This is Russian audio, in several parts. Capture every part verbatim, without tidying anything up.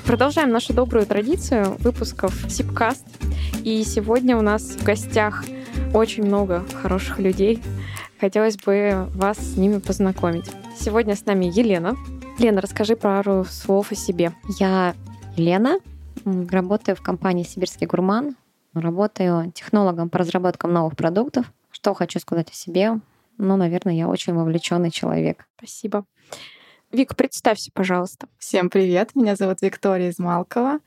Продолжаем нашу добрую традицию выпусков Сибкаст. И сегодня у нас в гостях очень много хороших людей. Хотелось бы вас с ними познакомить. Сегодня с нами Елена. Лена, расскажи пару слов о себе. Я Елена, работаю в компании «Сибирский гурман». Работаю технологом по разработкам новых продуктов. Что хочу сказать о себе? Ну, наверное, я очень вовлеченный человек. Спасибо. Вик, представься, пожалуйста. Всем привет, меня зовут Виктория Измалкова.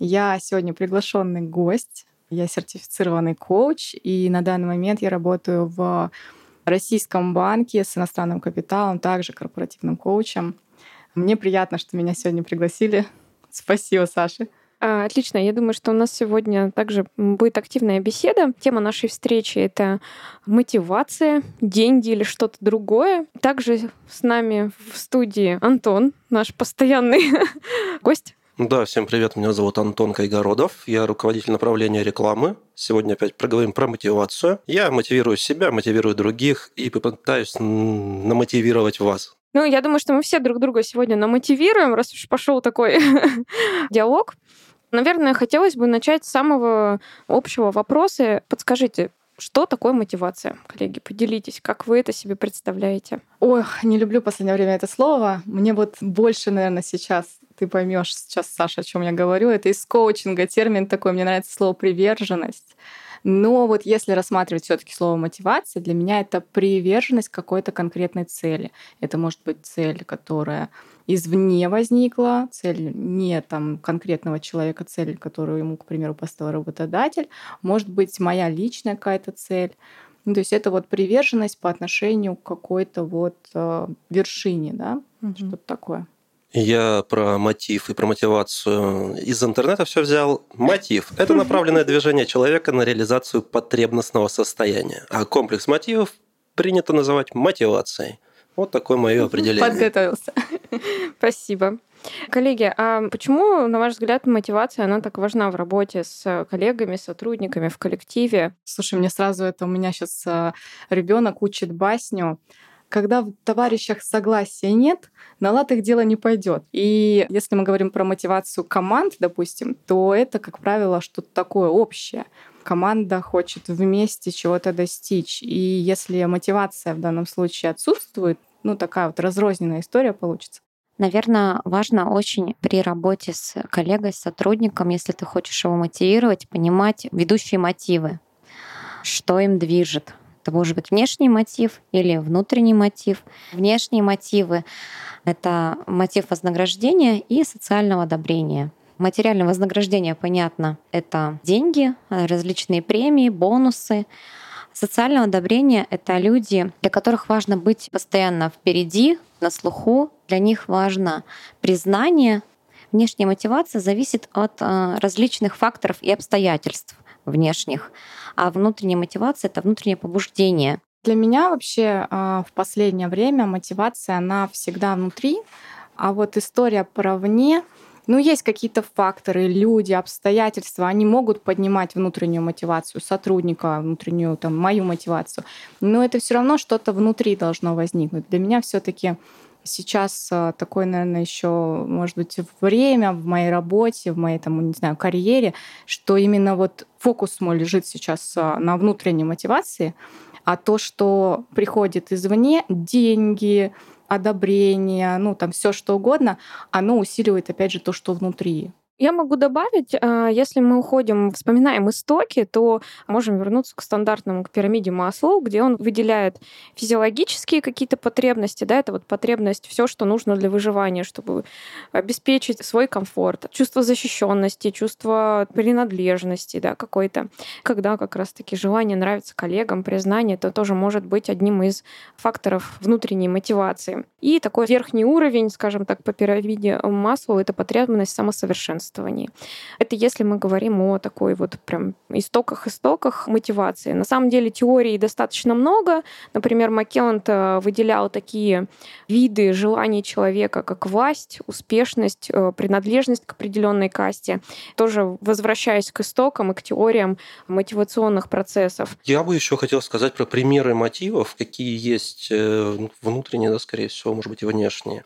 Я сегодня приглашенный гость. Я сертифицированный коуч, и на данный момент я работаю в российском банке с иностранным капиталом, также корпоративным коучем. Мне приятно, что меня сегодня пригласили. Спасибо, Саша. Отлично. Я думаю, что у нас сегодня также будет активная беседа. Тема нашей встречи — это мотивация, деньги или что-то другое. Также с нами в студии Антон, наш постоянный гость. Да, всем привет. Меня зовут Антон Кайгородов. Я руководитель направления рекламы. Сегодня опять проговорим про мотивацию. Я мотивирую себя, мотивирую других и попытаюсь намотивировать вас. Ну, я думаю, что мы все друг друга сегодня намотивируем, раз уж пошел такой диалог. Наверное, хотелось бы начать с самого общего вопроса. Подскажите, что такое мотивация? Коллеги, поделитесь, как вы это себе представляете? Ой, не люблю в последнее время это слово. Мне вот больше, наверное, сейчас ты поймешь сейчас, Саша, о чем я говорю. Это из коучинга термин такой. Мне нравится слово «приверженность». Но вот если рассматривать все-таки слово мотивация, для меня это приверженность какой-то конкретной цели. Это может быть цель, которая извне возникла, цель не там конкретного человека, цель, которую ему, к примеру, поставил работодатель. Может быть, моя личная какая-то цель. Ну, то есть это вот приверженность по отношению к какой-то вот э, вершине, да, угу. Что-то такое. Я про мотив и про мотивацию из интернета все взял. Мотив – это направленное движение человека на реализацию потребностного состояния. А комплекс мотивов принято называть мотивацией. Вот такое мое определение. Подготовился. Спасибо. Коллеги, а почему, на ваш взгляд, мотивация, она так важна в работе с коллегами, сотрудниками, в коллективе? Слушай, мне сразу это, у меня сейчас ребенок учит басню. Когда в товарищах согласия нет, на лад их дело не пойдет. И если мы говорим про мотивацию команд, допустим, то это, как правило, что-то такое общее. Команда хочет вместе чего-то достичь. И если мотивация в данном случае отсутствует, ну такая вот разрозненная история получится. Наверное, важно очень при работе с коллегой, с сотрудником, если ты хочешь его мотивировать, понимать ведущие мотивы, что им движет. Это может быть внешний мотив или внутренний мотив. Внешние мотивы — это мотив вознаграждения и социального одобрения. Материальное вознаграждение, понятно, это деньги, различные премии, бонусы. Социальное одобрение — это люди, для которых важно быть постоянно впереди, на слуху. Для них важно признание. Внешняя мотивация зависит от различных факторов и обстоятельств внешних. А внутренняя мотивация — это внутреннее побуждение. Для меня вообще в последнее время мотивация, она всегда внутри, а вот история про вне, ну, есть какие-то факторы, люди, обстоятельства, они могут поднимать внутреннюю мотивацию сотрудника, внутреннюю, там, мою мотивацию, но это все равно что-то внутри должно возникнуть. Для меня все-таки сейчас такое, наверное, еще, может быть, время в моей работе, в моей, там, не знаю, карьере, что именно вот фокус мой лежит сейчас на внутренней мотивации, а то, что приходит извне, деньги, одобрение, ну, там все что угодно, оно усиливает, опять же, то, что внутри. Я могу добавить, если мы уходим, вспоминаем истоки, то можем вернуться к стандартному, к пирамиде Маслоу, где он выделяет физиологические какие-то потребности, да, это вот потребность, все, что нужно для выживания, чтобы обеспечить свой комфорт, чувство защищенности, чувство принадлежности, да, какой-то. Когда как раз-таки желание нравится коллегам, признание, это тоже может быть одним из факторов внутренней мотивации. И такой верхний уровень, скажем так, по пирамиде Маслоу — это потребность самосовершенствования. Это если мы говорим о такой вот прям истоках-истоках мотивации. На самом деле теорий достаточно много. Например, Маккелланд выделял такие виды желаний человека, как власть, успешность, принадлежность к определенной касте. Тоже возвращаясь к истокам и к теориям мотивационных процессов. Я бы еще хотел сказать про примеры мотивов, какие есть внутренние, да, скорее всего, может быть, и внешние.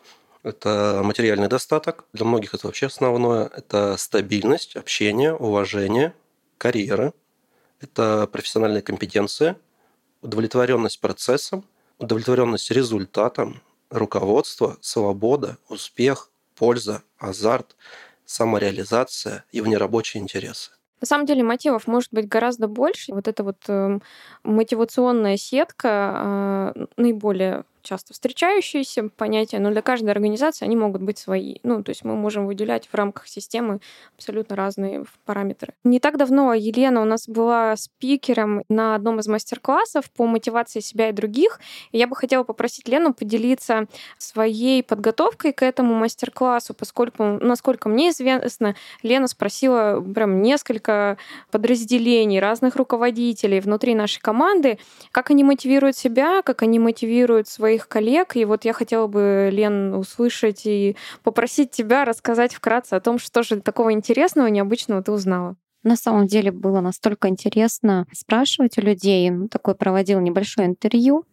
Это материальный достаток. Для многих это вообще основное. Это стабильность, общение, уважение, карьера. Это профессиональные компетенции, удовлетворенность процессом, удовлетворенность результатом, руководство, свобода, успех, польза, азарт, самореализация и внерабочие интересы. На самом деле мотивов может быть гораздо больше. Вот эта вот э, мотивационная сетка э, наиболее часто встречающиеся понятия, но для каждой организации они могут быть свои. Ну, то есть мы можем выделять в рамках системы абсолютно разные параметры. Не так давно Елена у нас была спикером на одном из мастер-классов по мотивации себя и других. И я бы хотела попросить Лену поделиться своей подготовкой к этому мастер-классу, поскольку, насколько мне известно, Лена спросила прям несколько подразделений, разных руководителей внутри нашей команды, как они мотивируют себя, как они мотивируют своих коллег. И вот я хотела бы, Лен, услышать и попросить тебя рассказать вкратце о том, что же такого интересного, необычного ты узнала. На самом деле было настолько интересно спрашивать у людей. Такое проводил небольшое интервью.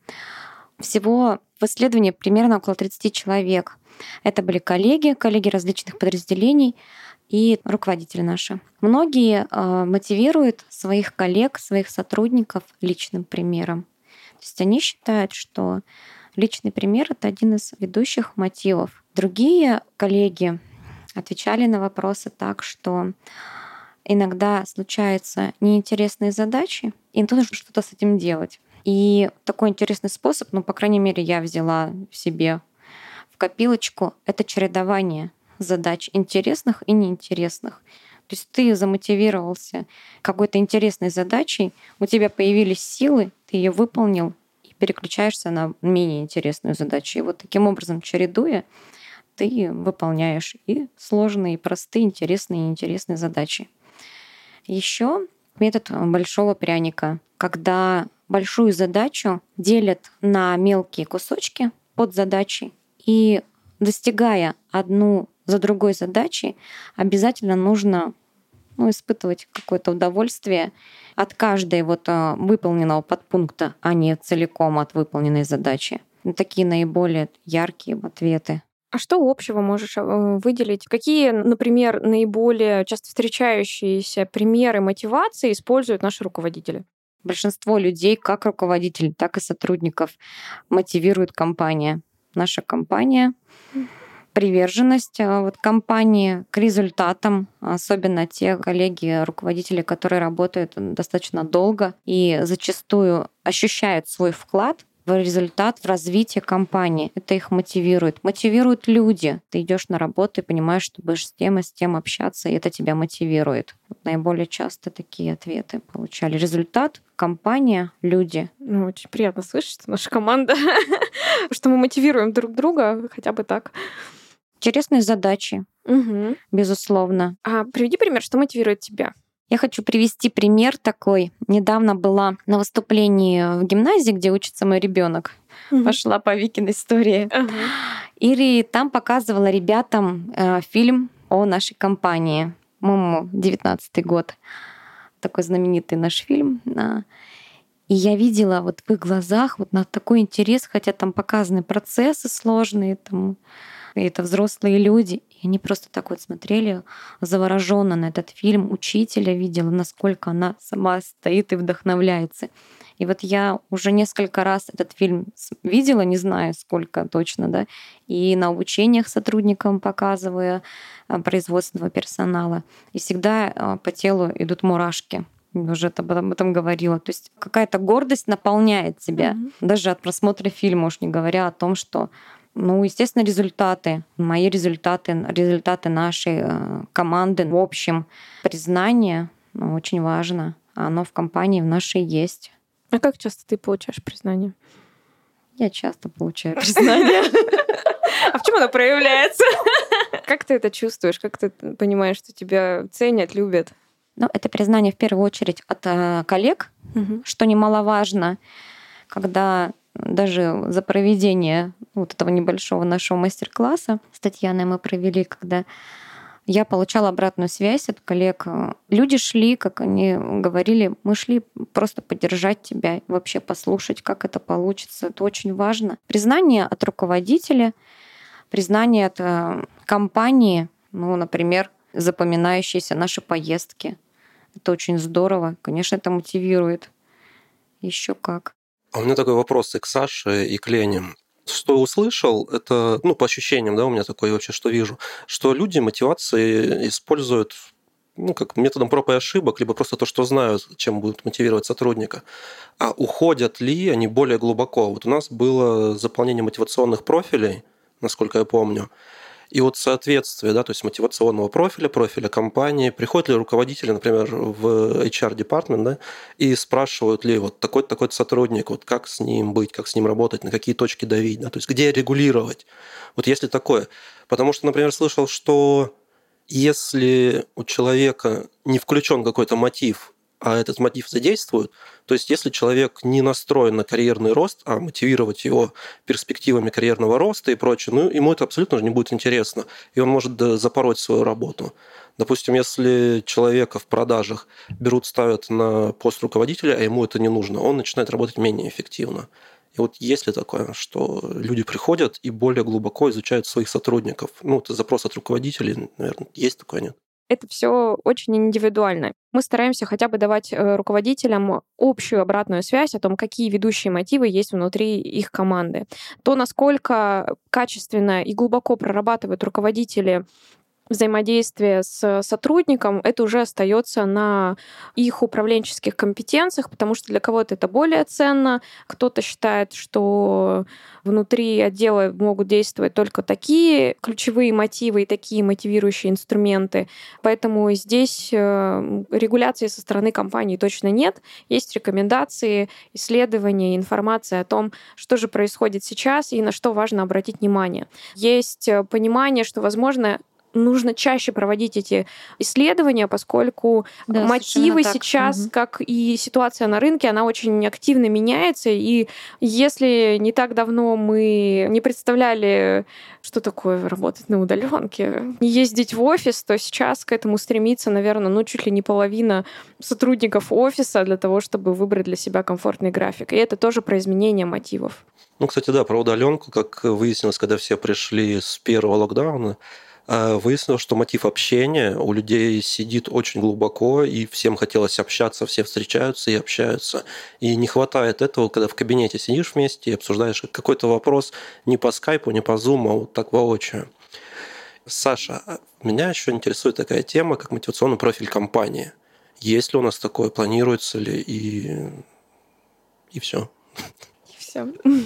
Всего в исследовании примерно около тридцати человек. Это были коллеги, коллеги различных подразделений и руководители наши. Многие э, мотивируют своих коллег, своих сотрудников личным примером. То есть они считают, что личный пример — это один из ведущих мотивов. Другие коллеги отвечали на вопросы так, что иногда случаются неинтересные задачи, и нужно что-то с этим делать. И такой интересный способ, ну, по крайней мере, я взяла себе в копилочку, это чередование задач интересных и неинтересных. То есть ты замотивировался какой-то интересной задачей, у тебя появились силы, ты ее выполнил и переключаешься на менее интересную задачу. И вот таким образом, чередуя, ты выполняешь и сложные, и простые, интересные и неинтересные задачи. Еще метод большого пряника, когда большую задачу делят на мелкие кусочки под задачи, и достигая одну за другой задачи, обязательно нужно ну, испытывать какое-то удовольствие от каждой вот выполненного подпункта, а не целиком от выполненной задачи. Такие наиболее яркие ответы. А что общего можешь выделить? Какие, например, наиболее часто встречающиеся примеры мотивации используют наши руководители? Большинство людей, как руководителей, так и сотрудников, мотивирует компания. Наша компания, приверженность вот, компании к результатам, особенно те коллеги, руководители, которые работают достаточно долго и зачастую ощущают свой вклад в результат, в развитие компании. Это их мотивирует. Мотивируют люди. Ты идешь на работу и понимаешь, что будешь с тем и с тем общаться, и это тебя мотивирует. Вот наиболее часто такие ответы получали. Результат, компания, люди. Ну, очень приятно слышать, что наша команда, что мы мотивируем друг друга, хотя бы так. Интересные задачи, угу. Безусловно. А приведи пример, что мотивирует тебя? Я хочу привести пример такой. Недавно была на выступлении в гимназии, где учится мой ребенок. Uh-huh. Пошла по Викиной истории. Uh-huh. И там показывала ребятам э, фильм о нашей компании. По-моему, девятнадцатый год. Такой знаменитый наш фильм. И я видела вот в их глазах вот на такой интерес, хотя там показаны процессы сложные, там, и это взрослые люди. И они просто так вот смотрели завороженно на этот фильм. Учителя видела, насколько она сама стоит и вдохновляется. И вот я уже несколько раз этот фильм видела, не знаю сколько точно, да, и на обучениях сотрудникам показывая производственного персонала. И всегда по телу идут мурашки. Уже об этом, об этом говорила. То есть какая-то гордость наполняет тебя. Mm-hmm. Даже от просмотра фильма, уж не говоря о том, что ну, естественно, результаты, мои результаты, результаты нашей команды, в общем, признание ну, очень важно. Оно в компании в нашей есть. А как часто ты получаешь признание? Я часто получаю признание. А в чем оно проявляется? Как ты это чувствуешь? Как ты понимаешь, что тебя ценят, любят? Ну, это признание в первую очередь от коллег, что немаловажно, когда даже за проведение вот этого небольшого нашего мастер-класса с Татьяной мы провели, когда я получала обратную связь от коллег. Люди шли, как они говорили, мы шли просто поддержать тебя, вообще послушать, как это получится. Это очень важно. Признание от руководителя, Признание от э, компании, ну, например, запоминающиеся наши поездки. Это очень здорово. Конечно, это мотивирует. Еще как. А у меня такой вопрос и к Саше, и к Лене. Что услышал, это, ну, по ощущениям, да, у меня такое вообще, что вижу, что люди мотивации используют, ну, как методом проб и ошибок, либо просто то, что знают, чем будут мотивировать сотрудника. А уходят ли они более глубоко? Вот у нас было заполнение мотивационных профилей, насколько я помню, и вот соответствие, да, то есть мотивационного профиля, профиля компании, приходят ли руководители, например, в эйч ар-департмент, да, и спрашивают ли вот такой-то, такой-то сотрудник, вот как с ним быть, как с ним работать, на какие точки давить, да, то есть где регулировать. Вот если такое. Потому что, например, слышал, что если у человека не включен какой-то мотив, а этот мотив задействуют, то есть если человек не настроен на карьерный рост, а мотивировать его перспективами карьерного роста и прочее, ну, ему это абсолютно не будет интересно, и он может запороть свою работу. Допустим, если человека в продажах берут, ставят на пост руководителя, а ему это не нужно, он начинает работать менее эффективно. И вот есть ли такое, что люди приходят и более глубоко изучают своих сотрудников? Ну, это запрос от руководителей, наверное, есть такое, нет? Это все очень индивидуально. Мы стараемся хотя бы давать руководителям общую обратную связь о том, какие ведущие мотивы есть внутри их команды. То, насколько качественно и глубоко прорабатывают руководители взаимодействие с сотрудником, это уже остается на их управленческих компетенциях, потому что для кого-то это более ценно, кто-то считает, что внутри отдела могут действовать только такие ключевые мотивы и такие мотивирующие инструменты. Поэтому здесь регуляции со стороны компании точно нет. Есть рекомендации, исследования, информация о том, что же происходит сейчас и на что важно обратить внимание. Есть понимание, что, возможно, нужно чаще проводить эти исследования, поскольку да, мотивы сейчас, угу. как и ситуация на рынке, она очень активно меняется. И если не так давно мы не представляли, что такое работать на удаленке, не ездить в офис, то сейчас к этому стремится, наверное, ну, чуть ли не половина сотрудников офиса для того, чтобы выбрать для себя комфортный график. И это тоже про изменение мотивов. Ну, кстати, да, про удаленку, как выяснилось, когда все пришли с первого локдауна, выяснилось, что мотив общения у людей сидит очень глубоко, и всем хотелось общаться, все встречаются и общаются. И не хватает этого, когда в кабинете сидишь вместе и обсуждаешь какой-то вопрос не по скайпу, не по зуму, а вот так воочию. Саша, меня еще интересует такая тема, как мотивационный профиль компании. Есть ли у нас такое, планируется ли, и, и все. И все.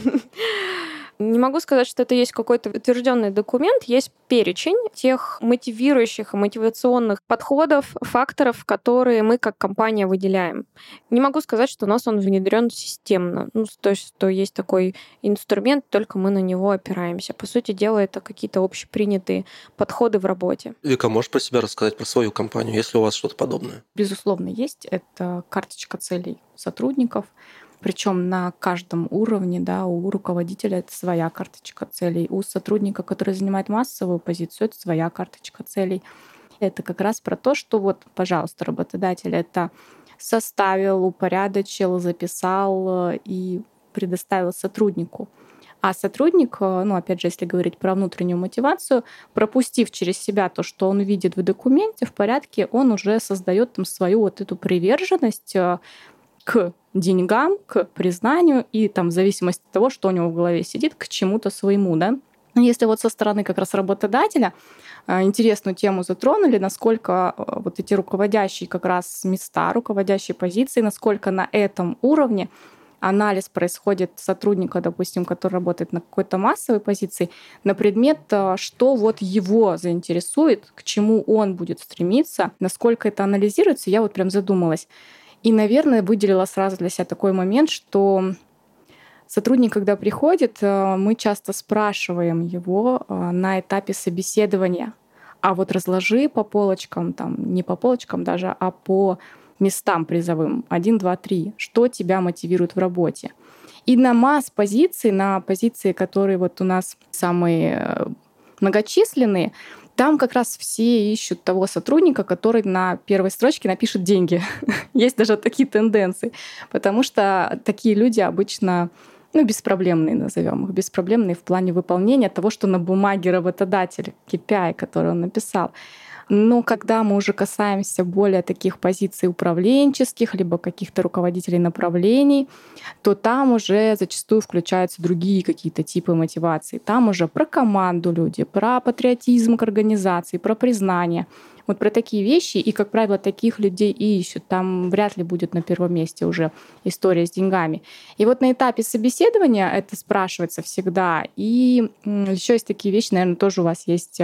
Не могу сказать, что это есть какой-то утвержденный документ, есть перечень тех мотивирующих и мотивационных подходов, факторов, которые мы как компания выделяем. Не могу сказать, что у нас он внедрен системно. Ну, то есть, что есть такой инструмент, только мы на него опираемся. По сути дела, это какие-то общепринятые подходы в работе. Вика, можешь про себя рассказать, про свою компанию, есть ли у вас что-то подобное? Безусловно, есть. Это карточка целей сотрудников. Причем на каждом уровне, да, у руководителя это своя карточка целей, у сотрудника, который занимает массовую позицию, это своя карточка целей. Это как раз про то, что вот, пожалуйста, работодатель это составил, упорядочил, записал и предоставил сотруднику. А сотрудник, ну, опять же, если говорить про внутреннюю мотивацию, пропустив через себя то, что он видит в документе, в порядке, он уже создает там свою вот эту приверженность к деньгам, к признанию и там в зависимости от того, что у него в голове сидит, к чему-то своему, да. Если вот со стороны как раз работодателя интересную тему затронули, насколько вот эти руководящие как раз места, руководящие позиции, насколько на этом уровне анализ происходит сотрудника, допустим, который работает на какой-то массовой позиции, на предмет, что вот его заинтересует, к чему он будет стремиться, насколько это анализируется, я вот прям задумалась. И, наверное, выделила сразу для себя такой момент, что сотрудник, когда приходит, мы часто спрашиваем его на этапе собеседования, а вот разложи по полочкам, там, не по полочкам даже, а по местам призовым, один, два, три, что тебя мотивирует в работе. И на масс-позиции, на позиции, которые вот у нас самые многочисленные, там как раз все ищут того сотрудника, который на первой строчке напишет деньги. Есть даже такие тенденции, потому что такие люди обычно ну, беспроблемные, назовем их, беспроблемные в плане выполнения того, что на бумаге работодатель, кей пи ай, который он написал. Но когда мы уже касаемся более таких позиций управленческих, либо каких-то руководителей направлений, то там уже зачастую включаются другие какие-то типы мотивации. Там уже про команду люди, про патриотизм к организации, про признание. Вот про такие вещи, и, как правило, таких людей и ищут. Там вряд ли будет на первом месте уже история с деньгами. И вот на этапе собеседования это спрашивается всегда. И еще есть такие вещи, наверное, тоже у вас есть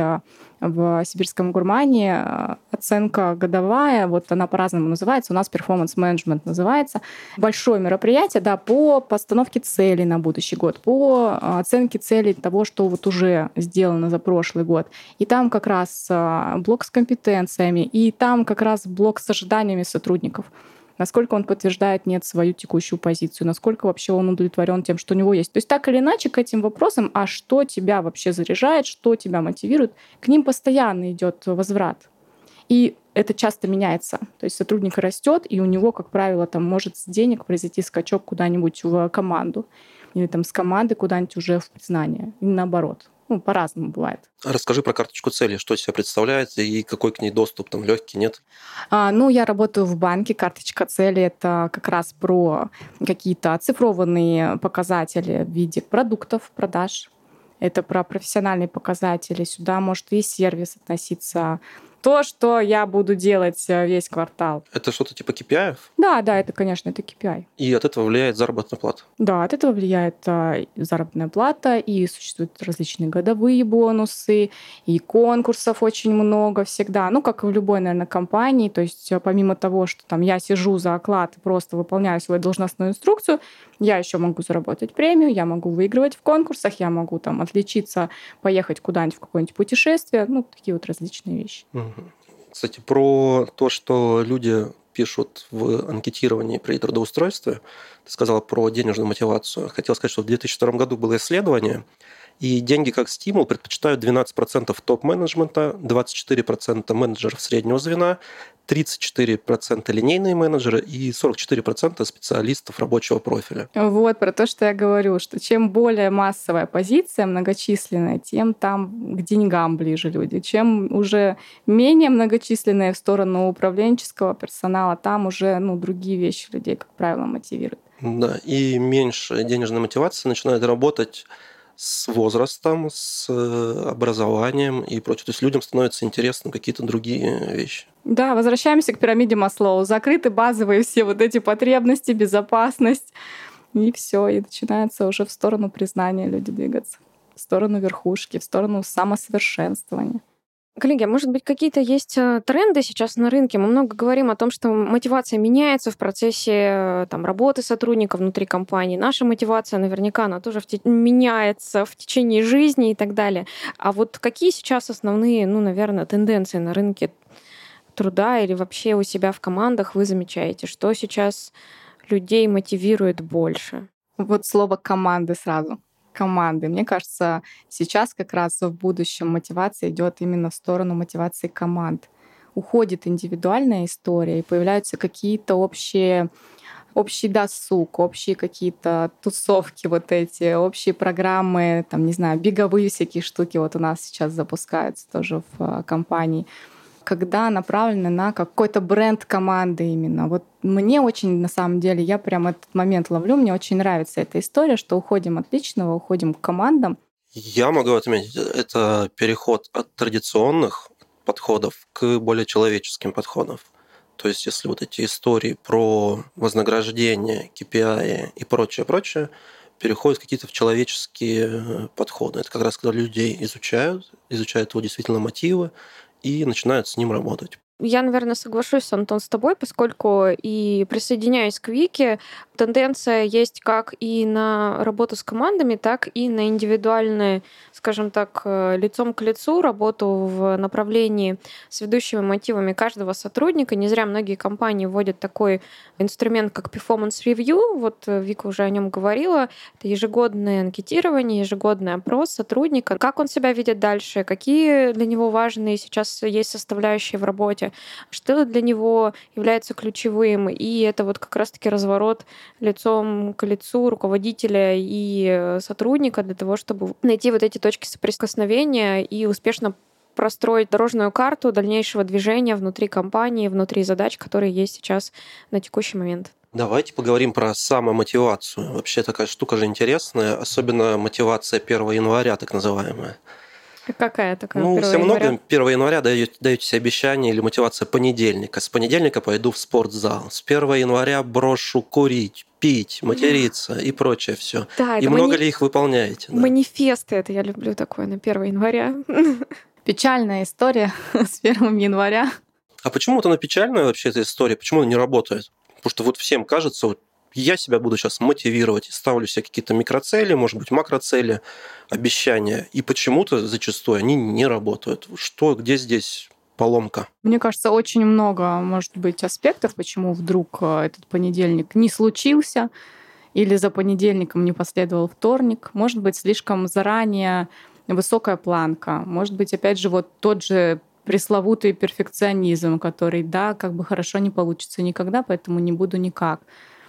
в «Сибирском гурмане» оценка годовая, вот она по-разному называется, у нас перформанс-менеджмент называется. Большое мероприятие, да, по постановке целей на будущий год, по оценке целей того, что вот уже сделано за прошлый год. И там как раз блок с компетенциями, и там как раз блок с ожиданиями сотрудников. Насколько он подтверждает, нет, свою текущую позицию, насколько вообще он удовлетворен тем, что у него есть. То есть так или иначе к этим вопросам, а что тебя вообще заряжает, что тебя мотивирует, к ним постоянно идет возврат. И это часто меняется. То есть сотрудник растет, и у него, как правило, там может с денег произойти скачок куда-нибудь в команду. Или там с команды куда-нибудь уже в признание. И наоборот. Ну, по-разному бывает. Расскажи про карточку цели, что из себя представляет и какой к ней доступ, там легкий, нет? А, ну, я работаю в банке. Карточка цели — это как раз про какие-то оцифрованные показатели в виде продуктов, продаж. Это про профессиональные показатели. Сюда может и сервис относиться. То, что я буду делать весь квартал. Это что-то типа кей пи ай? Да, да, это, конечно, это кей пи ай. И от этого влияет заработная плата? Да, от этого влияет а, заработная плата, и существуют различные годовые бонусы, и конкурсов очень много всегда. Ну, как и в любой, наверное, компании. То есть помимо того, что там я сижу за оклад и просто выполняю свою должностную инструкцию, я еще могу заработать премию, я могу выигрывать в конкурсах, я могу там отличиться, поехать куда-нибудь в какое-нибудь путешествие. Ну, такие вот различные вещи. Кстати, про то, что люди пишут в анкетировании при трудоустройстве, ты сказала про денежную мотивацию. Хотел сказать, что в две тысячи втором году было исследование, и деньги как стимул предпочитают двенадцать процентов топ-менеджмента, двадцать четыре процента менеджеров среднего звена, тридцать четыре процента линейные менеджеры и сорок четыре процента специалистов рабочего профиля. Вот про то, что я говорю, что чем более массовая позиция, многочисленная, тем там к деньгам ближе люди. Чем уже менее многочисленная в сторону управленческого персонала, там уже ну, другие вещи людей, как правило, мотивируют. Да, и меньше денежной мотивации начинает работать с возрастом, с образованием и прочее. То есть людям становятся интересны какие-то другие вещи. Да, возвращаемся к пирамиде Маслоу. Закрыты базовые все вот эти потребности, безопасность. И все, и начинается уже в сторону признания люди двигаться. В сторону верхушки, в сторону самосовершенствования. Коллеги, а может быть, какие-то есть тренды сейчас на рынке? Мы много говорим о том, что мотивация меняется в процессе там, работы сотрудника внутри компании. Наша мотивация, наверняка, она тоже в те... меняется в течение жизни и так далее. А вот какие сейчас основные, ну, наверное, тенденции на рынке труда или вообще у себя в командах вы замечаете? Что сейчас людей мотивирует больше? Вот слово «команды» сразу. Команды. Мне кажется, сейчас как раз в будущем мотивация идет именно в сторону мотивации команд. Уходит индивидуальная история, и появляются какие-то общие, общий досуг, общие какие-то тусовки вот эти, общие программы, там, не знаю, беговые всякие штуки вот у нас сейчас запускаются тоже в компании, когда направлены на какой-то бренд команды именно. Вот мне очень, на самом деле, я прям этот момент ловлю, мне очень нравится эта история, что уходим от личного, уходим к командам. Я могу отметить, это переход от традиционных подходов к более человеческим подходам. То есть если вот эти истории про вознаграждение, кей пи ай и прочее, прочее, переходят какие-то в человеческие подходы. Это как раз когда людей изучают, изучают его действительно мотивы, и начинают с ним работать. Я, наверное, соглашусь, Антон, с тобой, поскольку и присоединяюсь к Вике, тенденция есть как и на работу с командами, так и на индивидуальную, скажем так, лицом к лицу работу в направлении с ведущими мотивами каждого сотрудника. Не зря многие компании вводят такой инструмент, как performance review. Вот Вика уже о нем говорила. Это ежегодное анкетирование, ежегодный опрос сотрудника. Как он себя видит дальше, какие для него важные сейчас есть составляющие в работе. руководителя, что для него является ключевым. И это вот как раз-таки разворот лицом к лицу руководителя и сотрудника для того, чтобы найти вот эти точки соприкосновения и успешно простроить дорожную карту дальнейшего движения внутри компании, внутри задач, которые есть сейчас на текущий момент. Давайте поговорим про самомотивацию. Вообще такая штука же интересная, особенно мотивация первого января, так называемая. Какая такая Ну, первого все января? много первого января даете, даете себе обещание или мотивация понедельника. С понедельника пойду в спортзал. С первого января брошу курить, пить, материться и прочее все. Да, И это много мани- ли их выполняете? Да. манифесты, это я люблю такое на первого января. Печальная история с первого января. А почему-то она печальная вообще эта история, почему она не работает? Потому что вот всем кажется, вот я себя буду сейчас мотивировать, ставлю себе какие-то микроцели, может быть, макроцели, обещания, и почему-то зачастую они не работают. Что, где здесь поломка? Мне кажется, очень много, может быть, аспектов, почему вдруг э, этот понедельник не случился, или за понедельником не последовал вторник. Может быть, слишком заранее высокая планка. Может быть, опять же, вот тот же пресловутый перфекционизм, который, да, как бы хорошо не получится никогда, поэтому не буду никак.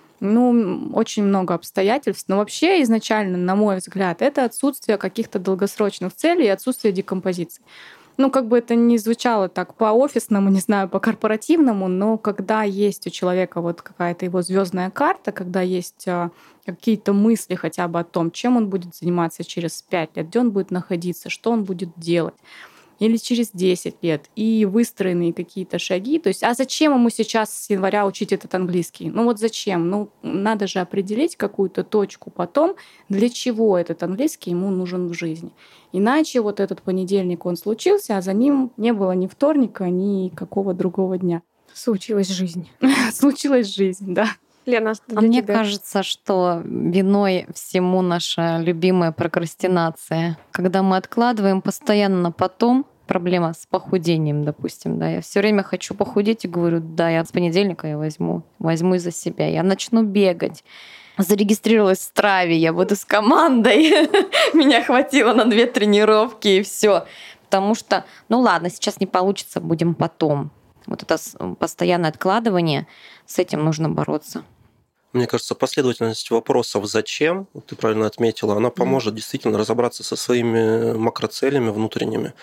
Ну, очень много обстоятельств. Но вообще изначально, на мой взгляд, это отсутствие каких-то долгосрочных целей и отсутствие декомпозиции. Ну, как бы это не звучало так по-офисному, не знаю, по-корпоративному, но когда есть у человека вот какая-то его звездная карта, когда есть какие-то мысли хотя бы о том, чем он будет заниматься через пять лет, где он будет находиться, что он будет делать, или через десять лет, и выстроенные какие-то шаги. То есть, а зачем ему сейчас с января учить этот английский? Ну вот зачем? Ну, надо же определить какую-то точку потом, для чего этот английский ему нужен в жизни. Иначе вот этот понедельник, он случился, а за ним не было ни вторника, ни какого другого дня. Случилась жизнь. Случилась жизнь, да. Лена, А мне кажется, что виной всему наша любимая прокрастинация. Когда мы откладываем постоянно на потом, проблема с похудением, допустим, да, я все время хочу похудеть и говорю, да, я с понедельника я возьму, возьму из-за себя, я начну бегать. Зарегистрировалась в Страве, я буду с командой, меня хватило на две тренировки и все, потому что, ну ладно, сейчас не получится, будем потом. Вот это постоянное откладывание, с этим нужно бороться. Мне кажется, последовательность вопросов «зачем?», ты правильно отметила, она поможет mm. действительно разобраться со своими макроцелями внутренними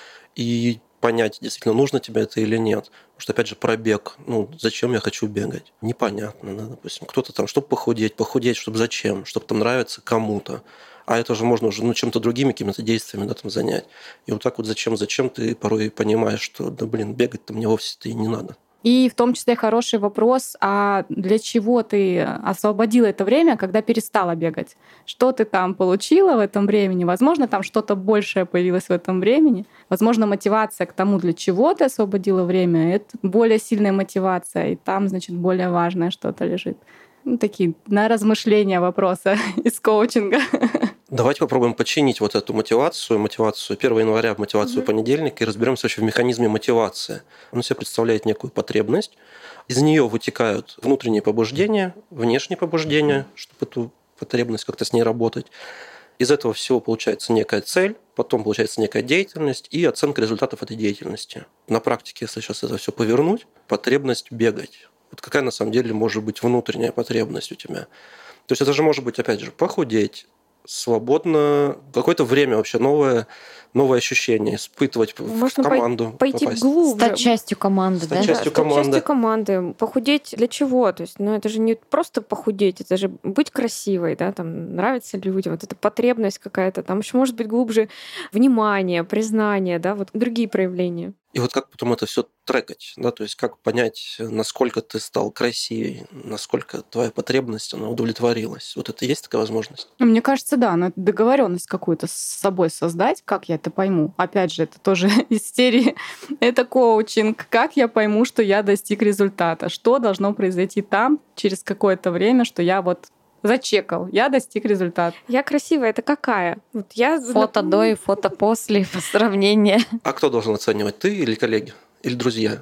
и понять, действительно, нужно тебе это или нет. Потому что, опять же, пробег. Ну, зачем я хочу бегать? Непонятно, да, допустим. Кто-то там, чтобы похудеть, похудеть, чтобы зачем? Чтобы там нравиться кому-то. А это же можно уже ну, чем-то другими какими-то действиями да, там занять. И вот так вот зачем-зачем ты порой понимаешь, что, да блин, бегать-то мне вовсе-то и не надо. И в том числе хороший вопрос, а для чего ты освободила это время, когда перестала бегать? Что ты там получила в этом времени? Возможно, там что-то большее появилось в этом времени. Возможно, мотивация к тому, для чего ты освободила время, это более сильная мотивация, и там, значит, более важное что-то лежит. Ну, такие на размышления вопроса из коучинга. Давайте попробуем починить вот эту мотивацию, мотивацию первого января в мотивацию mm-hmm. понедельника и разберемся вообще в механизме мотивации. Он себе представляет некую потребность. Из нее вытекают внутренние побуждения, внешние побуждения, чтобы эту потребность как-то с ней работать. Из этого всего получается некая цель, потом получается некая деятельность и оценка результатов этой деятельности. На практике, если сейчас это все повернуть, потребность бегать. Вот какая на самом деле может быть внутренняя потребность у тебя? То есть это же может быть, опять же, похудеть, свободно, какое-то время вообще новое, новое ощущение, испытывать Можно в команду. Пойти попасть. глубже. Стать частью команды, Стать да? частью да, команды. Стать частью команды. Похудеть для чего? То есть, ну, это же не просто похудеть, это же быть красивой, да, там, нравится людям, вот эта потребность какая-то, там еще может быть глубже внимание, признание, да, вот другие проявления. И вот как потом это все трекать, да, то есть как понять, насколько ты стал красивее, насколько твоя потребность, она удовлетворилась. Вот это есть такая возможность? Мне кажется, да, но это договоренность какую-то с собой создать, как я это пойму. Опять же, это тоже из серии, это коучинг. Как я пойму, что я достиг результата? Что должно произойти там через какое-то время, что я вот зачекал, я достиг результата. Я красивая, это какая? Вот я... Фото до и фото после, по сравнению. А кто должен оценивать, ты или коллеги? Или друзья?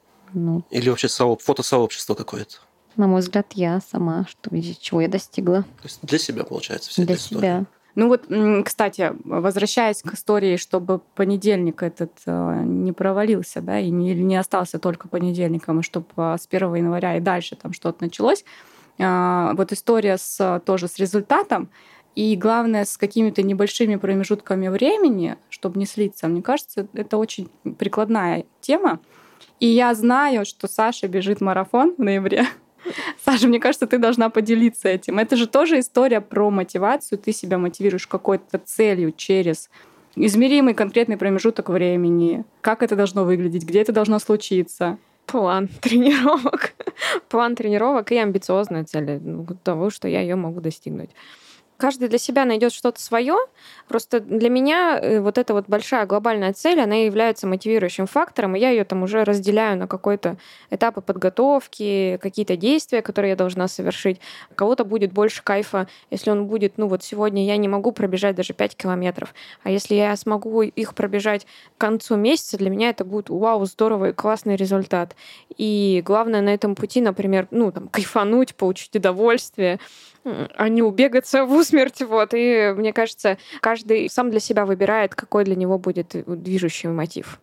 Ну, или вообще сооб... фотосообщество какое-то? На мой взгляд, я сама, что чего я достигла. То есть для себя, получается, вся Для эта история. себя. Ну вот, кстати, возвращаясь к истории, чтобы понедельник этот не провалился, да, и не, не остался только понедельником, и чтобы с первого января и дальше там что-то началось, вот история с, тоже с результатом, и главное, с какими-то небольшими промежутками времени, чтобы не слиться. Мне кажется, это очень прикладная тема. И я знаю, что Саша бежит марафон в ноябре. Саша, мне кажется, ты должна поделиться этим. Это же тоже история про мотивацию. Ты себя мотивируешь какой-то целью через измеримый конкретный промежуток времени. Как это должно выглядеть? Где это должно случиться? План тренировок. План тренировок и амбициозная цель того, что я ее могу достигнуть. Каждый для себя найдет что-то свое. Просто для меня вот эта вот большая глобальная цель, она является мотивирующим фактором, и я ее там уже разделяю на какой-то этапы подготовки, какие-то действия, которые я должна совершить. У кого-то будет больше кайфа, если он будет, ну вот сегодня я не могу пробежать даже пять километров, а если я смогу их пробежать к концу месяца, для меня это будет вау, здорово и классный результат. И главное на этом пути, например, ну там кайфануть, получить удовольствие, а не убегаться в усмерть. Вот. И мне кажется, каждый сам для себя выбирает, какой для него будет движущий мотив.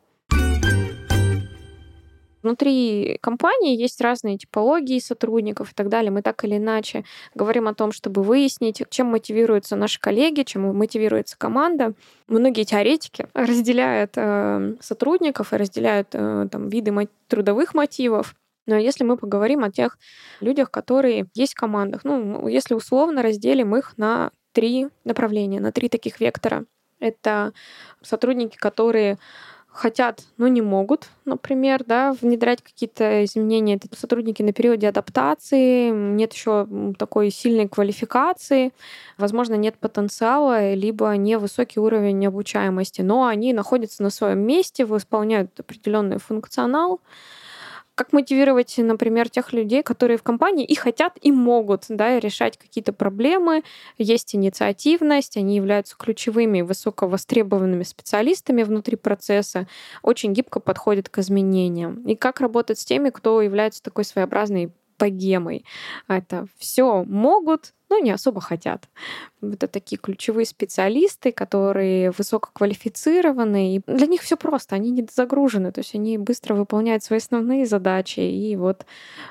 Внутри компании есть разные типологии сотрудников и так далее. Мы так или иначе говорим о том, чтобы выяснить, чем мотивируются наши коллеги, чем мотивируется команда. Многие теоретики разделяют э, сотрудников и разделяют э, там, виды мо- трудовых мотивов. Но если мы поговорим о тех людях, которые есть в командах, ну, если условно разделим их на три направления, на три таких вектора. Это сотрудники, которые хотят, но не могут, например, да, внедрять какие-то изменения. Это сотрудники на периоде адаптации, нет еще такой сильной квалификации, возможно, нет потенциала, либо невысокий уровень обучаемости, но они находятся на своем месте, выполняют определенный функционал. Как мотивировать, например, тех людей, которые в компании и хотят, и могут, да, решать какие-то проблемы, есть инициативность, они являются ключевыми, высоковостребованными специалистами внутри процесса, очень гибко подходят к изменениям. И как работать с теми, кто является такой своеобразной богемой. Это все могут, но не особо хотят. Это такие ключевые специалисты, которые высококвалифицированы. И для них все просто, они не загружены, то есть они быстро выполняют свои основные задачи и вот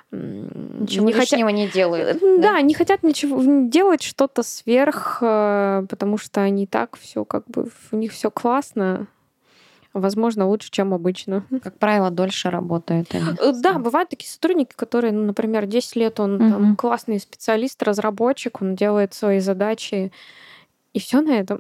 ничего не лишнего хотят... не делают. Да, да, не хотят ничего делать что-то сверх, потому что они так все как бы у них все классно. Возможно, лучше, чем обычно. Как правило, дольше работают они. Да, бывают такие сотрудники, которые, ну, например, десять лет он угу. там, классный специалист, разработчик, он делает свои задачи, и все на этом.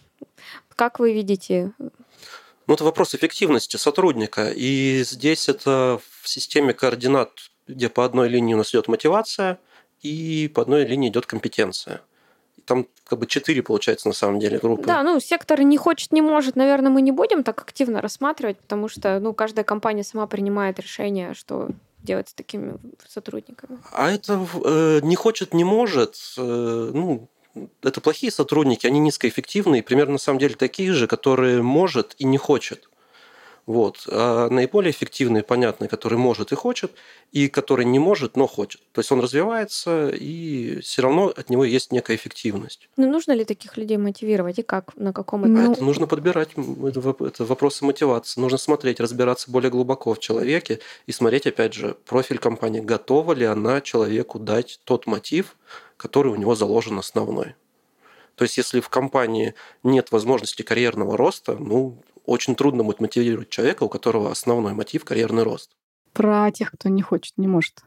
Как вы видите? Ну, это вопрос эффективности сотрудника. И здесь это в системе координат, где по одной линии у нас идет мотивация, и по одной линии идет компетенция. Там как бы четыре, получается, на самом деле, группы. Да, ну, сектор не хочет, не может, наверное, мы не будем так активно рассматривать, потому что, ну, каждая компания сама принимает решение, что делать с такими сотрудниками. А это э, не хочет, не может. Э, ну, это плохие сотрудники, они низкоэффективные, примерно на самом деле такие же, которые может и не хочет. Вот. А наиболее эффективный, понятный, который может и хочет, и который не может, но хочет. То есть он развивается, и все равно от него есть некая эффективность. Ну, нужно ли таких людей мотивировать, и как, на каком этапе? Ну, это нужно подбирать, это вопросы мотивации. Нужно смотреть, разбираться более глубоко в человеке и смотреть, опять же, профиль компании. Готова ли она человеку дать тот мотив, который у него заложен основной. То есть если в компании нет возможности карьерного роста, ну, очень трудно будет мотивировать человека, у которого основной мотив — карьерный рост. Про тех, кто не хочет, не может.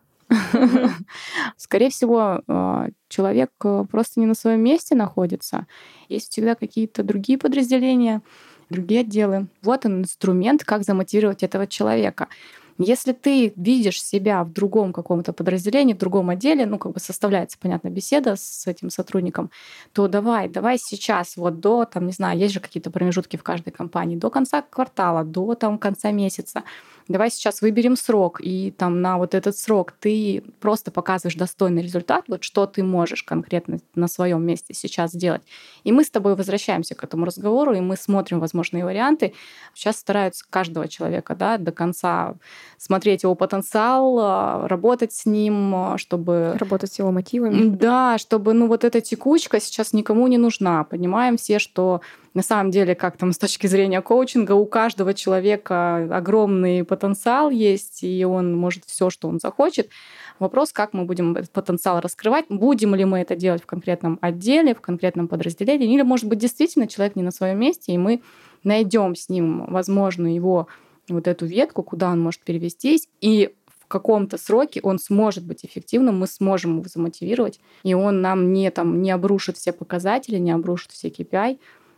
Скорее всего, человек просто не на своем месте находится. Есть всегда какие-то другие подразделения, другие отделы. Вот он инструмент, как замотивировать этого человека. Если ты видишь себя в другом каком-то подразделении, в другом отделе, ну, как бы составляется, понятно, беседа с этим сотрудником, то давай, давай сейчас, вот до, там, не знаю, есть же какие-то промежутки в каждой компании, до конца квартала, до там, конца месяца, давай сейчас выберем срок, и там на вот этот срок ты просто показываешь достойный результат, вот что ты можешь конкретно на своем месте сейчас сделать. И мы с тобой возвращаемся к этому разговору, и мы смотрим возможные варианты. Сейчас стараются каждого человека, да, до конца смотреть его потенциал, работать с ним, чтобы... Работать с его мотивами. Да, чтобы, ну, вот эта текучка сейчас никому не нужна. Понимаем все, что на самом деле, как там с точки зрения коучинга, у каждого человека огромный потенциал есть, и он может все, что он захочет. Вопрос, как мы будем этот потенциал раскрывать, будем ли мы это делать в конкретном отделе, в конкретном подразделении, или, может быть, действительно человек не на своем месте, и мы найдем с ним, возможно, его вот эту ветку, куда он может перевестись, и в каком-то сроке он сможет быть эффективным, мы сможем его замотивировать, и он нам не, там, не обрушит все показатели, не обрушит все кей пи ай,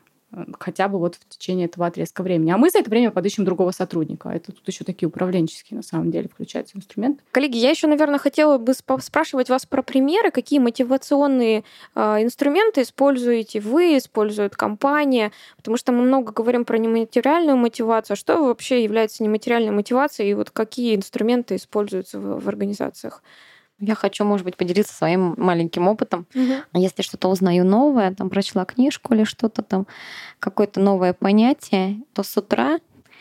хотя бы вот в течение этого отрезка времени. А мы за это время подыщем другого сотрудника. Это тут еще такие управленческие, на самом деле, включаются инструменты. Коллеги, я еще, наверное, хотела бы спрашивать вас про примеры, какие мотивационные э, инструменты используете вы, использует компания, потому что мы много говорим про нематериальную мотивацию. А что вообще является нематериальной мотивацией, и вот какие инструменты используются в, в организациях? Я хочу, может быть, поделиться своим маленьким опытом. Угу. Если что-то узнаю новое, там прочла книжку или что-то там, какое-то новое понятие, то с утра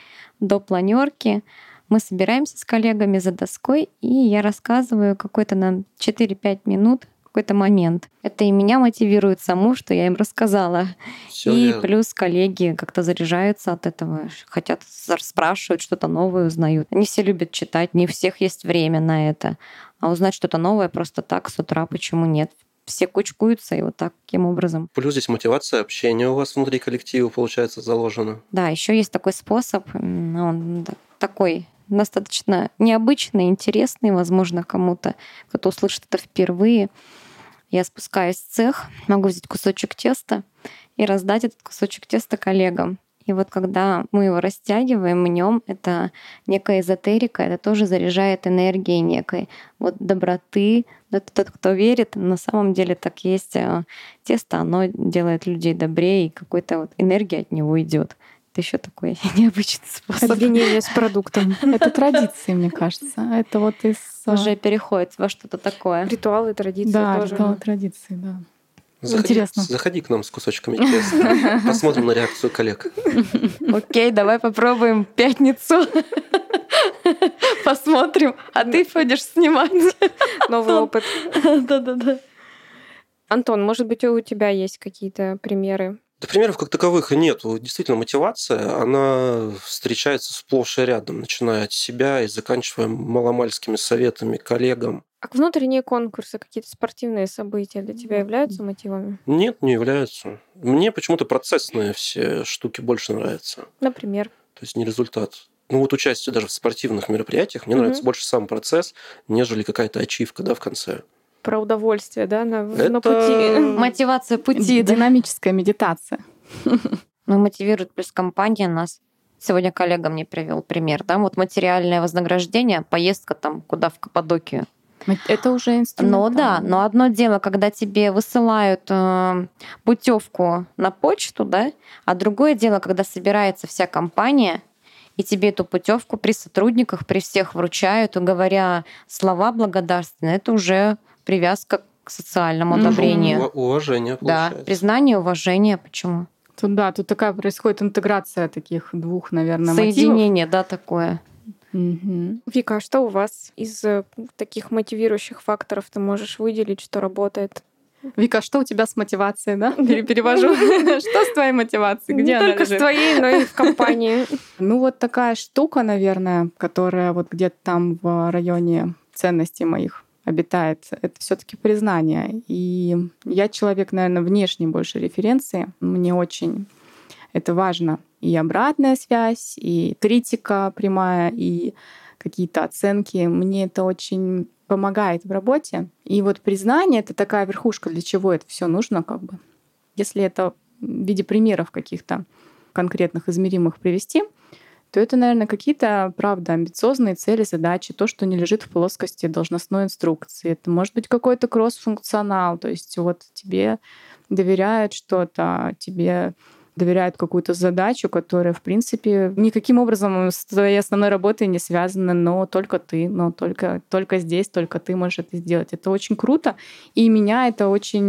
до планерки мы собираемся с коллегами за доской, и я рассказываю какой-то на четыре-пять минут какой-то момент. Это и меня мотивирует саму, что я им рассказала. Всё и верно. плюс коллеги как-то заряжаются от этого, хотят, спрашивают, что-то новое узнают. Не все любят читать, не у всех есть время на это. А узнать что-то новое просто так с утра, почему нет? Все кучкуются, и вот так, таким образом. Плюс здесь мотивация общения у вас внутри коллектива, получается, заложена. Да, еще есть такой способ, он такой достаточно необычный, интересный, возможно, кому-то, кто-то услышит это впервые. Я спускаюсь в цех, могу взять кусочек теста и раздать этот кусочек теста коллегам. И вот когда мы его растягиваем, мнем, это некая эзотерика, это тоже заряжает энергией некой вот доброты. Это тот, кто верит, на самом деле так есть. Тесто, оно делает людей добрее, и какой-то вот энергия от него идет. Это еще такой необычный способ. Объединение с продуктом. Это традиции, мне кажется. Это вот из... Уже переходит во что-то такое. Ритуалы, традиции Да, тоже. ритуалы, традиции, да. Заходи, Интересно. Заходи к нам с кусочками теста. Посмотрим на реакцию коллег. Окей, давай попробуем пятницу. Посмотрим. А ты пойдешь снимать. Новый опыт. Да-да-да. Антон, может быть, у тебя есть какие-то примеры? Да, примеров как таковых и нет. Действительно, мотивация, она встречается сплошь и рядом, начиная от себя и заканчивая маломальскими советами коллегам. А внутренние конкурсы, какие-то спортивные события для тебя являются мотивами? Нет, не являются. Мне почему-то процессные все штуки больше нравятся. Например? То есть не результат. Ну вот участие даже в спортивных мероприятиях, мне Мгм. нравится больше сам процесс, нежели какая-то ачивка, да, в конце. Про удовольствие, да, на, на Это- пути. Мотивация пути, да. Динамическая медитация. Ну, мотивирует плюс компания нас. Сегодня коллега мне привел пример, да, вот материальное вознаграждение, поездка там куда в Каппадокию. Это уже инструмент. Ну да, но одно дело, когда тебе высылают э, путевку на почту, да, а другое дело, когда собирается вся компания, и тебе эту путевку при сотрудниках, при всех вручают, говоря слова благодарственные, это уже привязка к социальному Мгм. одобрению. Ува- Уважение Да, получается. признание, уважение. Почему? Тут, да, тут такая происходит интеграция таких двух, наверное, мотивов. Соединение, да, такое. Мгм. Вика, а что у вас из э, таких мотивирующих факторов ты можешь выделить, что работает? Вика, что у тебя с мотивацией, да? Пере- Перевожу. Что с твоей мотивацией? Где Не она только с лежит? твоей, но и в компании. Ну вот такая штука, наверное, которая вот где-то там в районе ценностей моих обитает, это все-таки признание. И я человек, наверное, внешней больше референции. Мне очень это важно. И обратная связь, и критика прямая, и какие-то оценки. Мне это очень помогает в работе. И вот признание — это такая верхушка, для чего это все нужно, как бы. Если это в виде примеров каких-то конкретных, измеримых привести, то это, наверное, какие-то, правда, амбициозные цели, задачи, то, что не лежит в плоскости должностной инструкции. Это может быть какой-то кросс-функционал, то есть вот тебе доверяют что-то, тебе доверяют какую-то задачу, которая, в принципе, никаким образом с твоей основной работой не связана, но только ты, но только, только здесь, только ты можешь это сделать. Это очень круто, и меня это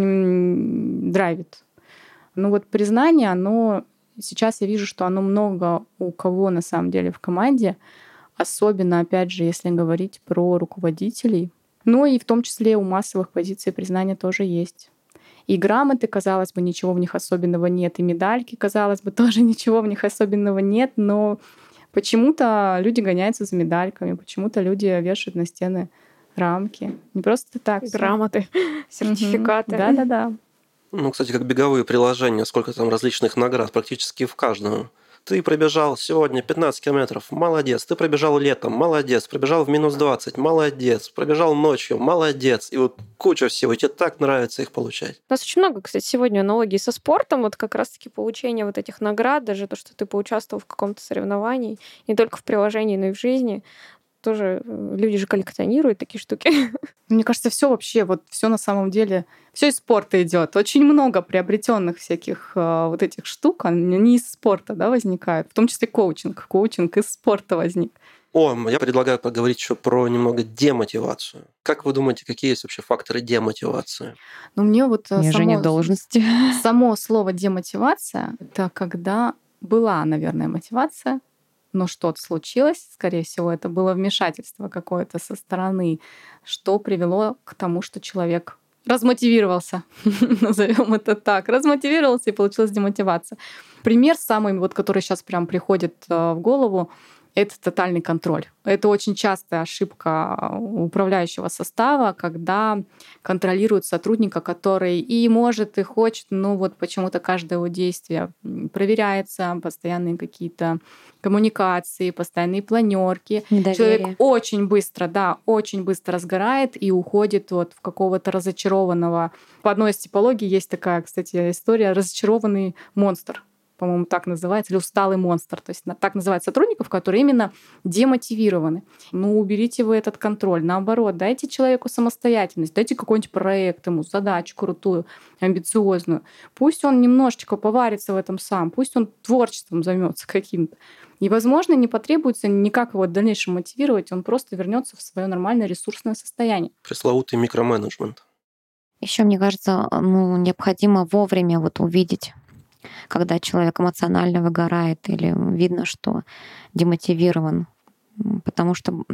очень драйвит. Ну вот признание, оно... Сейчас я вижу, что оно много у кого на самом деле в команде, особенно, опять же, если говорить про руководителей. Ну и в том числе у массовых позиций признания тоже есть. И грамоты, казалось бы, ничего в них особенного нет, и медальки, казалось бы, тоже ничего в них особенного нет, но почему-то люди гоняются за медальками, почему-то люди вешают на стены рамки. Не просто так. Грамоты, сертификаты. Да-да-да. Ну, кстати, как беговые приложения, сколько там различных наград, практически в каждом. Ты пробежал сегодня пятнадцать километров, молодец. Ты пробежал летом, молодец. Пробежал в минус двадцать, молодец. Пробежал ночью, молодец. И вот куча всего, и тебе так нравится их получать. У нас очень много, кстати, сегодня аналогий со спортом, вот как раз-таки получение вот этих наград, даже то, что ты поучаствовал в каком-то соревновании, не только в приложении, но и в жизни. Тоже люди же коллекционируют такие штуки. Мне кажется, все вообще, вот все на самом деле, все из спорта идет. Очень много приобретенных всяких э, вот этих штук, они из спорта, да, возникают. В том числе коучинг. Коучинг из спорта возник. О, я предлагаю поговорить еще про немного демотивацию. Как вы думаете, какие есть вообще факторы демотивации? Ну, мне вот Снижение само, должности. само слово демотивация, это когда была, наверное, мотивация, но что-то случилось, скорее всего, это было вмешательство какое-то со стороны, что привело к тому, что человек размотивировался, назовем это так, размотивировался и получилась демотивация. Пример самый, вот, который сейчас прям приходит в голову, это тотальный контроль. Это очень частая ошибка управляющего состава, когда контролирует сотрудника, который и может, и хочет, но вот почему-то каждое его действие проверяется, постоянные какие-то коммуникации, постоянные планерки. Человек очень быстро, да, очень быстро сгорает и уходит вот в какого-то разочарованного. По одной из типологий есть такая, кстати, история «разочарованный монстр». По-моему, так называется, или усталый монстр. То есть так называют сотрудников, которые именно демотивированы. Ну, уберите вы этот контроль. Наоборот, дайте человеку самостоятельность, дайте какой-нибудь проект ему, задачу крутую, амбициозную. Пусть он немножечко поварится в этом сам, пусть он творчеством займется каким-то. И, возможно, не потребуется никак его в дальнейшем мотивировать, он просто вернется в свое нормальное ресурсное состояние. Пресловутый микроменеджмент. Еще, мне кажется, ну, необходимо вовремя вот увидеть, когда человек эмоционально выгорает или видно, что демотивирован. Потому что,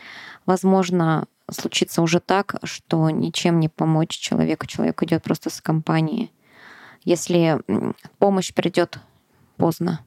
возможно, случится уже так, что ничем не помочь человеку. Человек идет просто с компании. Если помощь придет поздно.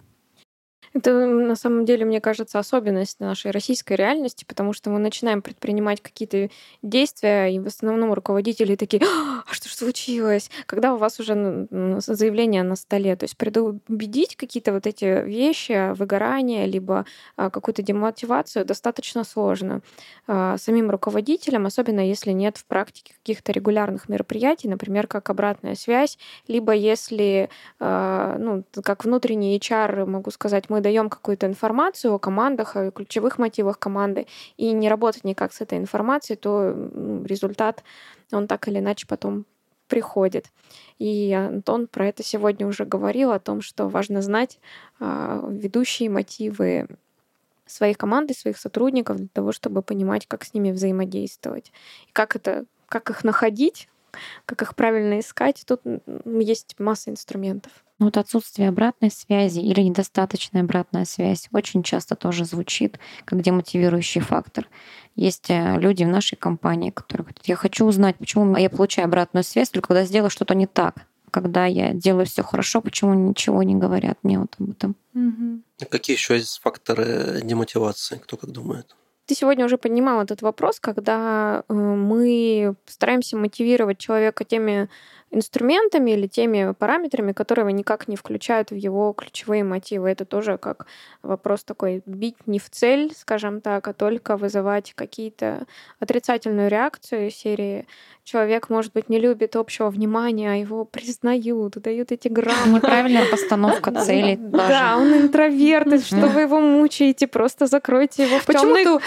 Это на самом деле, мне кажется, особенность нашей российской реальности, потому что мы начинаем предпринимать какие-то действия, и в основном руководители такие: а что ж случилось? Когда у вас уже заявление на столе? То есть предубедить какие-то вот эти вещи, выгорание, либо какую-то демотивацию достаточно сложно самим руководителям, особенно если нет в практике каких-то регулярных мероприятий, например, как обратная связь, либо если, ну, как внутренний эйч ар, могу сказать, мы даем какую-то информацию о командах, о ключевых мотивах команды, и не работать никак с этой информацией, то результат, он так или иначе потом приходит. И Антон про это сегодня уже говорил, о том, что важно знать э, ведущие мотивы своей команды, своих сотрудников для того, чтобы понимать, как с ними взаимодействовать. И как это, как их находить, как их правильно искать. Тут есть масса инструментов. Ну, вот отсутствие обратной связи или недостаточная обратная связь очень часто тоже звучит как демотивирующий фактор. Есть люди в нашей компании, которые говорят: я хочу узнать, почему я получаю обратную связь, только когда сделаю что-то не так. Когда я делаю все хорошо, почему ничего не говорят мне вот об этом. Угу. Какие еще есть факторы демотивации? Кто как думает? Ты сегодня уже поднимал этот вопрос, когда мы стараемся мотивировать человека теми инструментами или теми параметрами, которые никак не включают в его ключевые мотивы. Это тоже как вопрос такой: бить не в цель, скажем так, а только вызывать какие-то отрицательную реакцию серии. Человек, может быть, не любит общего внимания, а его признают, дают эти грамоты. Неправильная постановка целей. Да, он интроверт, что вы его мучаете, просто закройте его в темной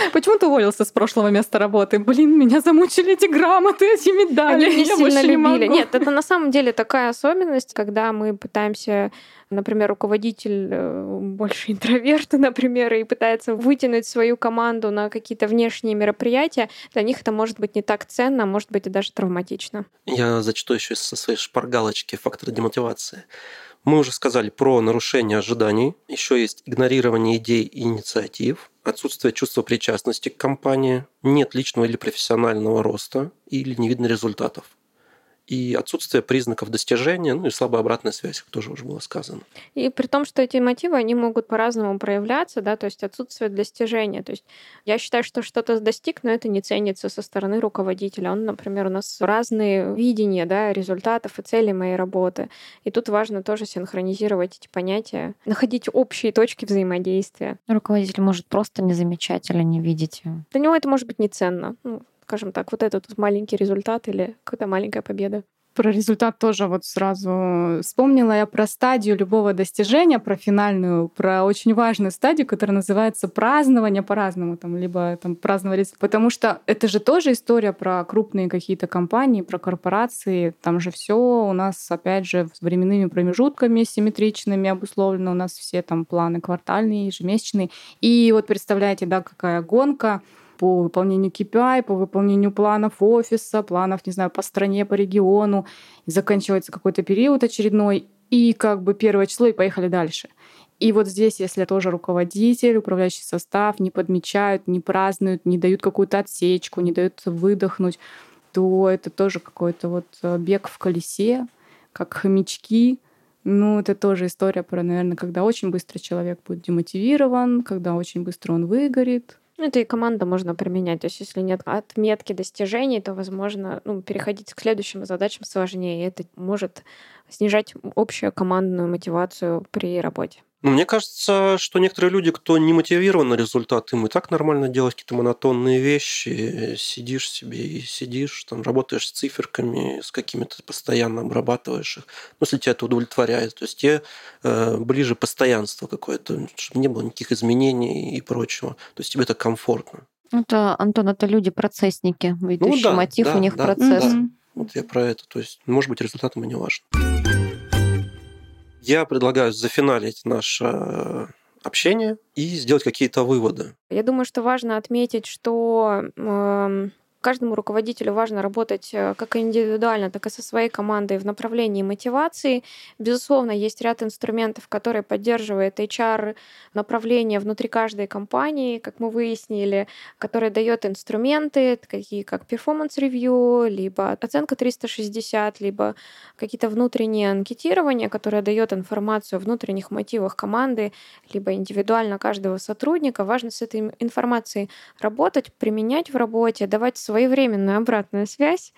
Почему ты уволился с прошлого места работы? Блин, меня замучили эти грамоты, эти медали. Они Я сильно больше не любили. могу. Нет, это на самом деле такая особенность, когда мы пытаемся, например, руководитель э, больше интроверта, например, и пытается вытянуть свою команду на какие-то внешние мероприятия, для них это может быть не так ценно, а может быть и даже травматично. Я зачту еще со своей шпаргалочки факторы демотивации. Мы уже сказали про нарушение ожиданий. Еще есть игнорирование идей и инициатив, отсутствие чувства причастности к компании, нет личного или профессионального роста или не видно результатов. И отсутствие признаков достижения, ну и слабая обратная связь, как тоже уже было сказано. И при том, что эти мотивы, они могут по-разному проявляться, да, то есть отсутствие достижения. То есть я считаю, что что-то достиг, но это не ценится со стороны руководителя. Он, например, у нас разные видения, да, результатов и целей моей работы. И тут важно тоже синхронизировать эти понятия, находить общие точки взаимодействия. Руководитель может просто не замечать или не видеть. Для него это может быть не ценно. Ну, скажем так, вот этот вот маленький результат или какая-то маленькая победа. Про результат тоже вот сразу вспомнила я про стадию любого достижения, про финальную, про очень важную стадию, которая называется празднование по-разному, там, либо там праздновать. Потому что это же тоже история про крупные какие-то компании, про корпорации. Там же все у нас, опять же, с временными промежутками симметричными обусловлено. У нас все там планы квартальные, ежемесячные. И вот представляете, да, какая гонка по выполнению кей пи ай, по выполнению планов офиса, планов, не знаю, по стране, по региону. И заканчивается какой-то период очередной, и как бы первое число, и поехали дальше. И вот здесь, если тоже руководитель, управляющий состав не подмечают, не празднуют, не дают какую-то отсечку, не дают выдохнуть, то это тоже какой-то вот бег в колесе, как хомячки. Ну, это тоже история про, наверное, когда очень быстро человек будет демотивирован, когда очень быстро он выгорит. Ну, это и команда можно применять. То есть если нет отметки достижений, то, возможно, ну, переходить к следующим задачам сложнее. И это может снижать общую командную мотивацию при работе. Ну, мне кажется, что некоторые люди, кто не мотивирован на результат, им и так нормально делать какие-то монотонные вещи. Сидишь себе и сидишь, там, работаешь с циферками, с какими-то постоянно обрабатываешь их. Ну, если тебя это удовлетворяет. То есть тебе э, ближе постоянство какое-то, чтобы не было никаких изменений и прочего. То есть тебе это комфортно. Это, Антон, это люди-процессники. Ведущий Ну, да, мотив да, у них да, процесс. да. Вот я про это. То есть, может быть, результатом и не важно. Я предлагаю зафиналить наше общение и сделать какие-то выводы. Я думаю, что важно отметить, что э, каждому руководителю важно работать как индивидуально, так и со своей командой в направлении мотивации. Безусловно, есть ряд инструментов, которые поддерживают эйч ар направление внутри каждой компании, как мы выяснили, которые дает инструменты, такие как перформанс-ревью, либо оценка триста шестьдесят, либо какие-то внутренние анкетирования, которые дают информацию о внутренних мотивах команды, либо индивидуально каждого сотрудника. Важно с этой информацией работать, применять в работе, давать своевременную обратную связь.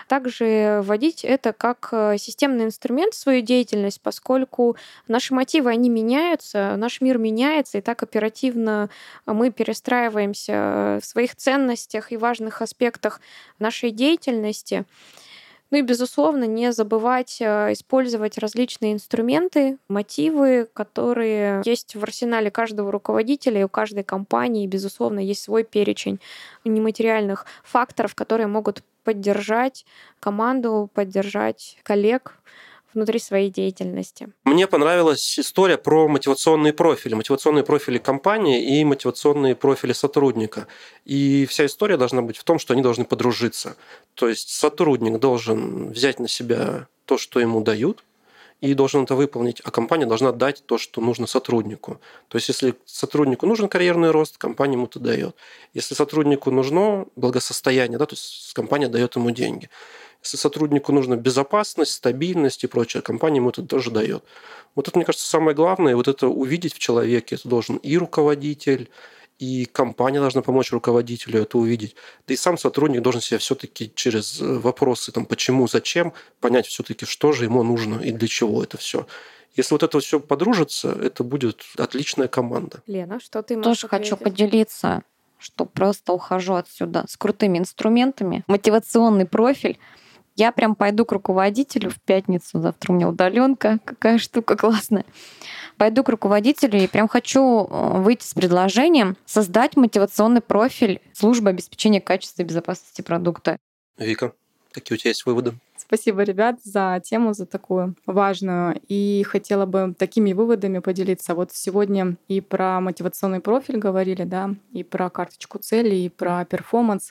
Также вводить это как системный инструмент в свою деятельность, поскольку наши мотивы, они меняются, наш мир меняется, и так оперативно мы перестраиваемся в своих ценностях и важных аспектах нашей деятельности. Ну и, безусловно, не забывать использовать различные инструменты, мотивы, которые есть в арсенале каждого руководителя и у каждой компании. Безусловно, есть свой перечень нематериальных факторов, которые могут поддержать команду, поддержать коллег внутри своей деятельности. Мне понравилась история про мотивационные профили. Мотивационные профили компании и мотивационные профили сотрудника. И вся история должна быть в том, что они должны подружиться. То есть сотрудник должен взять на себя то, что ему дают, и должен это выполнить, а компания должна дать то, что нужно сотруднику. То есть если сотруднику нужен карьерный рост, компания ему это дает. Если сотруднику нужно благосостояние, да, то есть компания дает ему деньги. Если сотруднику нужна безопасность, стабильность и прочее, компания ему это тоже дает. Вот это, мне кажется, самое главное, вот это увидеть в человеке. Это должен и руководитель, и компания должна помочь руководителю это увидеть. Да и сам сотрудник должен себя все-таки через вопросы, там, почему, зачем, понять все-таки, что же ему нужно и для чего это все. Если вот это все подружится, это будет отличная команда. Лена, что ты можешь Тоже хочу ответить? поделиться, что просто ухожу отсюда с крутыми инструментами. Мотивационный профиль Я прям пойду к руководителю в пятницу, завтра у меня удаленка, какая штука классная. Пойду к руководителю и прям хочу выйти с предложением создать мотивационный профиль службы обеспечения качества и безопасности продукта. Вика, какие у тебя есть выводы? Спасибо, ребят, за тему, за такую важную. И хотела бы такими выводами поделиться. Вот сегодня и про мотивационный профиль говорили, да, и про карточку целей, и про перформанс.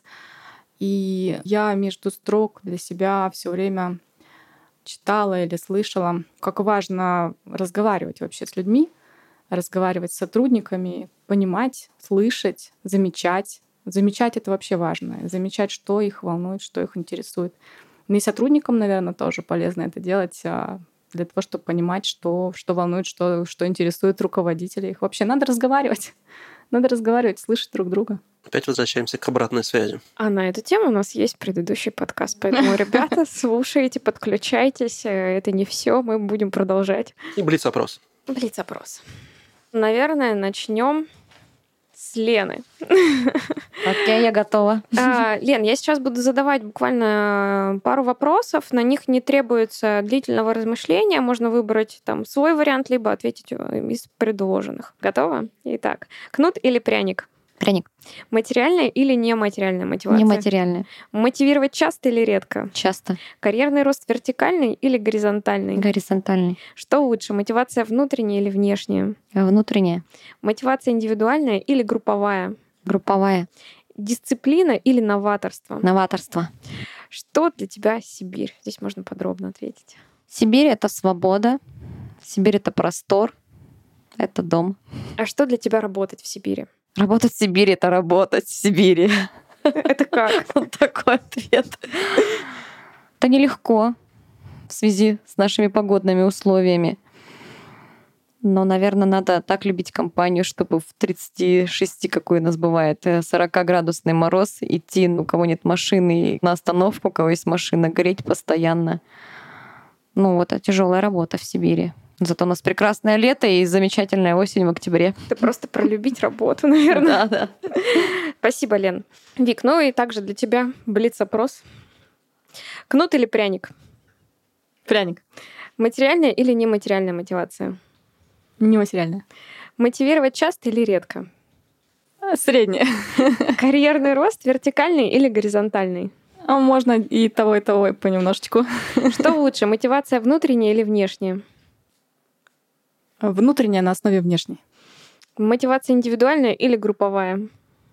И я между строк для себя все время читала или слышала, как важно разговаривать вообще с людьми, разговаривать с сотрудниками, понимать, слышать, замечать. Замечать — это вообще важно. Замечать, что их волнует, что их интересует. Ну и сотрудникам, наверное, тоже полезно это делать для того, чтобы понимать, что, что волнует, что, что интересует руководителей. Их вообще надо разговаривать. Надо разговаривать, слышать друг друга. Опять возвращаемся к обратной связи. А на эту тему у нас есть предыдущий подкаст. Поэтому, ребята, слушайте, подключайтесь. Это не все, мы будем продолжать. И блиц-опрос. Блиц-опрос. Наверное, начнем с Лены. Окей, я готова. А, Лен, я сейчас буду задавать буквально пару вопросов. На них не требуется длительного размышления. Можно выбрать там свой вариант, либо ответить из предложенных. Готова? Итак, кнут или пряник? Пряник. Материальная или нематериальная мотивация? Нематериальная. Мотивировать часто или редко? Часто. Карьерный рост вертикальный или горизонтальный? Горизонтальный. Что лучше, мотивация внутренняя или внешняя? Внутренняя. Мотивация индивидуальная или групповая? Групповая. Дисциплина или новаторство? Новаторство. Что для тебя Сибирь? Здесь можно подробно ответить. Сибирь — это свобода. Сибирь — это простор. Это дом. А что для тебя работать в Сибири? Работать в Сибири — это работать в Сибири. Это как? Вот такой ответ. Это нелегко в связи с нашими погодными условиями. Но, наверное, надо так любить компанию, чтобы в тридцать шесть, какой у нас бывает, сорокаградусный мороз, идти, у кого нет машины, на остановку, у кого есть машина, греть постоянно. Ну вот, это тяжелая работа в Сибири. Зато у нас прекрасное лето и замечательная осень в октябре. Это просто про любить работу, наверное. Да, да. Спасибо, Лен. Вик, ну и также для тебя блиц-опрос. Кнут или пряник? Пряник. Материальная или нематериальная мотивация? Нематериальная. Мотивировать часто или редко? Средняя. Карьерный рост вертикальный или горизонтальный? А можно и того, и того понемножечку. Что лучше, мотивация внутренняя или внешняя? Внутренняя на основе внешней. Мотивация индивидуальная или групповая?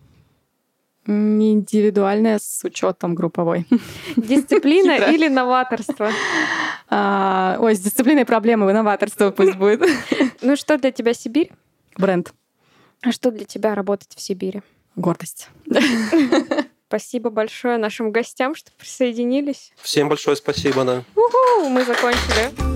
Индивидуальная с учетом групповой. Дисциплина или новаторство? А, ой, с дисциплиной проблемы, новаторство пусть будет. Ну что для тебя Сибирь? Бренд. А что для тебя работать в Сибири? Гордость. Спасибо большое нашим гостям, что присоединились. Всем большое спасибо, да. У-ху, мы закончили.